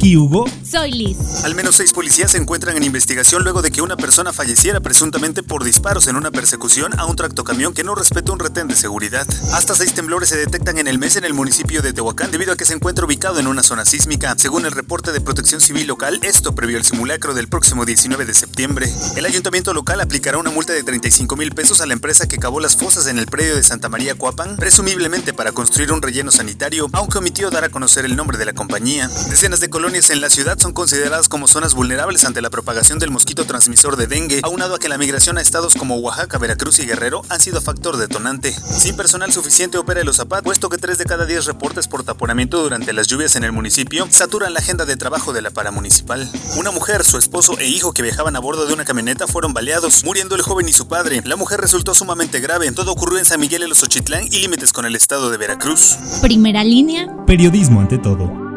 Aquí Hugo. Soy Liz. Al menos 6 policías se encuentran en investigación luego de que una persona falleciera presuntamente por disparos en una persecución a un tractocamión que no respetó un retén de seguridad. Hasta 6 temblores se detectan en el mes en el municipio de Tehuacán debido a que se encuentra ubicado en una zona sísmica. Según el reporte de Protección Civil local, esto previo al simulacro del próximo 19 de septiembre. El ayuntamiento local aplicará una multa de 35,000 pesos a la empresa que cavó las fosas en el predio de Santa María Coapan, presumiblemente para construir un relleno sanitario, aunque omitió dar a conocer el nombre de la compañía. Decenas de colonias en la ciudad son consideradas como zonas vulnerables ante la propagación del mosquito transmisor de dengue, aunado a que la migración a estados como Oaxaca, Veracruz y Guerrero han sido factor detonante. Sin personal suficiente opera el OSAPAT, puesto que 3 de cada 10 reportes por taponamiento durante las lluvias en el municipio saturan la agenda de trabajo de la paramunicipal. Una mujer, su esposo e hijo que viajaban a bordo de una camioneta fueron baleados, muriendo el joven y su padre. La mujer resultó sumamente grave. Todo ocurrió en San Miguel de los Ochitlán y límites con el estado de Veracruz. Primera línea. Periodismo ante todo.